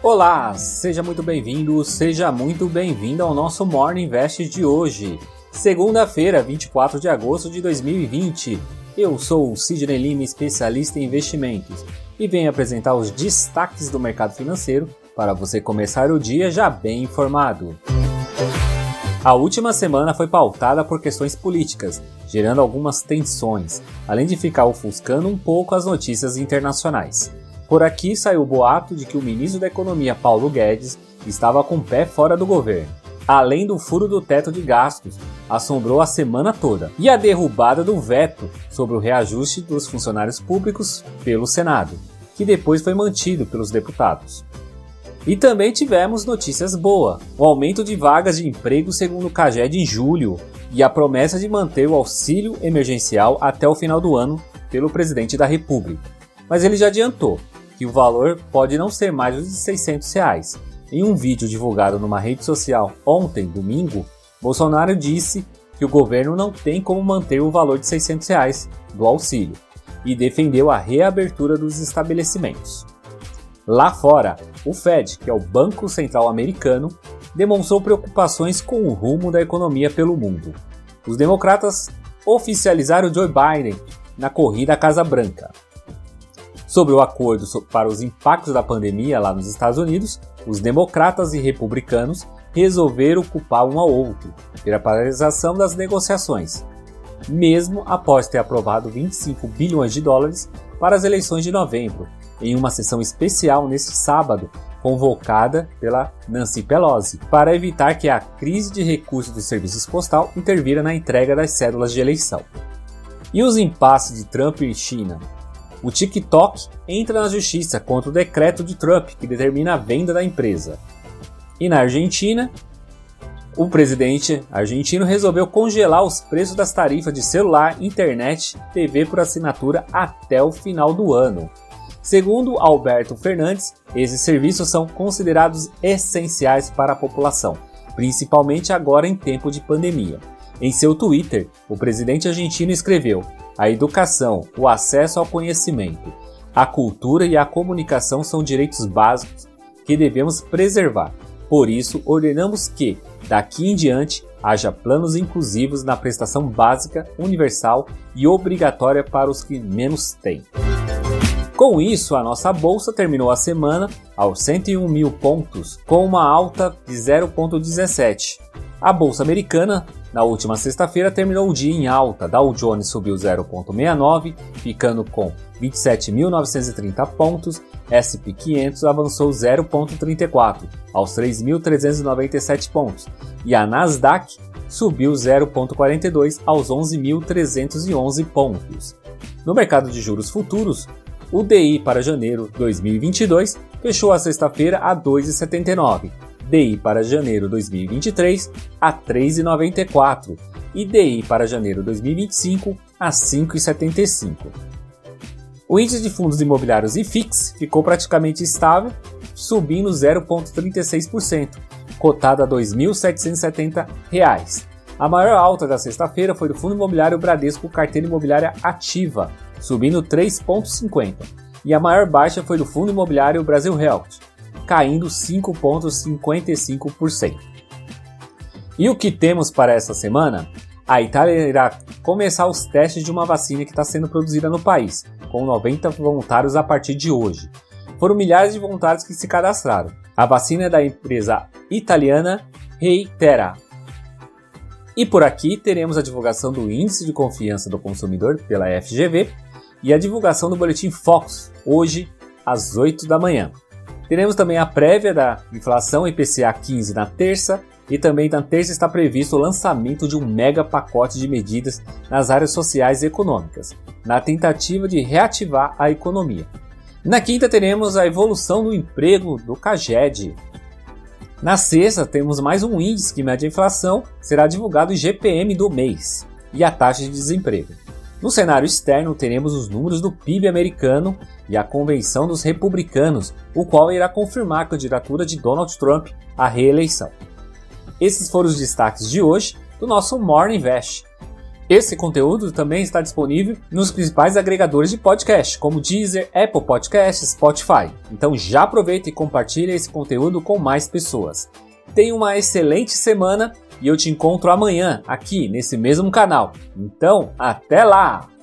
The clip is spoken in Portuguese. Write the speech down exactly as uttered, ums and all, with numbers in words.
Olá, seja muito bem-vindo, seja muito bem-vinda ao nosso Morning Invest de hoje, segunda-feira, vinte e quatro de agosto de dois mil e vinte. Eu sou o Sidney Lima, especialista em investimentos, e venho apresentar os destaques do mercado financeiro para você começar o dia já bem informado. A última semana foi pautada por questões políticas, gerando algumas tensões, além de ficar ofuscando um pouco as notícias internacionais. Por aqui saiu o boato de que o ministro da Economia, Paulo Guedes, estava com o pé fora do governo. Além do furo do teto de gastos, assombrou a semana toda, e a derrubada do veto sobre o reajuste dos funcionários públicos pelo Senado, que depois foi mantido pelos deputados. E também tivemos notícias boas, o aumento de vagas de emprego segundo o CAGED em julho, e a promessa de manter o auxílio emergencial até o final do ano pelo presidente da República. Mas ele já adiantou que o valor pode não ser mais de seiscentos reais. Em um vídeo divulgado numa rede social ontem, domingo, Bolsonaro disse que o governo não tem como manter o valor de seiscentos reais do auxílio e defendeu a reabertura dos estabelecimentos. Lá fora, o Fed, que é o Banco Central Americano, demonstrou preocupações com o rumo da economia pelo mundo. Os democratas oficializaram Joe Biden na corrida à Casa Branca. Sobre o acordo para os impactos da pandemia lá nos Estados Unidos, os democratas e republicanos resolveram culpar um ao outro pela paralisação das negociações, mesmo após ter aprovado vinte e cinco bilhões de dólares para as eleições de novembro, em uma sessão especial neste sábado, convocada pela Nancy Pelosi, para evitar que a crise de recursos dos serviços postal intervira na entrega das cédulas de eleição. E os impasses de Trump e China? O TikTok entra na justiça contra o decreto de Trump que determina a venda da empresa. E na Argentina, o presidente argentino resolveu congelar os preços das tarifas de celular, internet, T V por assinatura até o final do ano. Segundo Alberto Fernandes, esses serviços são considerados essenciais para a população, principalmente agora em tempo de pandemia. Em seu Twitter, o presidente argentino escreveu: "A educação, o acesso ao conhecimento, a cultura e a comunicação são direitos básicos que devemos preservar. Por isso, ordenamos que, daqui em diante, haja planos inclusivos na prestação básica, universal e obrigatória para os que menos têm." Com isso, a nossa bolsa terminou a semana aos cento e um mil pontos, com uma alta de zero vírgula dezessete. A bolsa americana, na última sexta-feira, terminou o dia em alta. Dow Jones subiu zero vírgula sessenta e nove, ficando com vinte e sete mil novecentos e trinta pontos. S e P quinhentos avançou zero vírgula trinta e quatro, aos três mil trezentos e noventa e sete pontos. E a Nasdaq subiu zero vírgula quarenta e dois, aos onze mil trezentos e onze pontos. No mercado de juros futuros, o D I para janeiro de dois mil e vinte e dois fechou a sexta-feira a dois vírgula setenta e nove. D I para janeiro de dois mil e vinte e três a três vírgula noventa e quatro e D I para janeiro de dois mil e vinte e cinco a cinco vírgula setenta e cinco. O índice de fundos imobiliários I F I X ficou praticamente estável, subindo zero vírgula trinta e seis por cento, cotado a dois mil setecentos e setenta reais. A maior alta da sexta-feira foi do fundo imobiliário Bradesco Carteira Imobiliária Ativa, subindo três vírgula cinquenta, e a maior baixa foi do fundo imobiliário Brasil Health, caindo cinco vírgula cinquenta e cinco por cento. E o que temos para essa semana? A Itália irá começar os testes de uma vacina que está sendo produzida no país, com noventa voluntários a partir de hoje. Foram milhares de voluntários que se cadastraram. A vacina é da empresa italiana Reitera. E por aqui teremos a divulgação do Índice de Confiança do Consumidor pela F G V e a divulgação do Boletim Focus, hoje às oito da manhã. Teremos também a prévia da inflação I P C A quinze na terça, e também na terça está previsto o lançamento de um mega pacote de medidas nas áreas sociais e econômicas, na tentativa de reativar a economia. Na quinta teremos a evolução do emprego do CAGED. Na sexta temos mais um índice que mede a inflação, será divulgado o I G P M do mês e a taxa de desemprego. No cenário externo teremos os números do P I B americano e a convenção dos republicanos, o qual irá confirmar a candidatura de Donald Trump à reeleição. Esses foram os destaques de hoje do nosso Morning Invest. Esse conteúdo também está disponível nos principais agregadores de podcast, como Deezer, Apple Podcasts, Spotify. Então já aproveita e compartilha esse conteúdo com mais pessoas. Tenha uma excelente semana e eu te encontro amanhã aqui nesse mesmo canal. Então, até lá!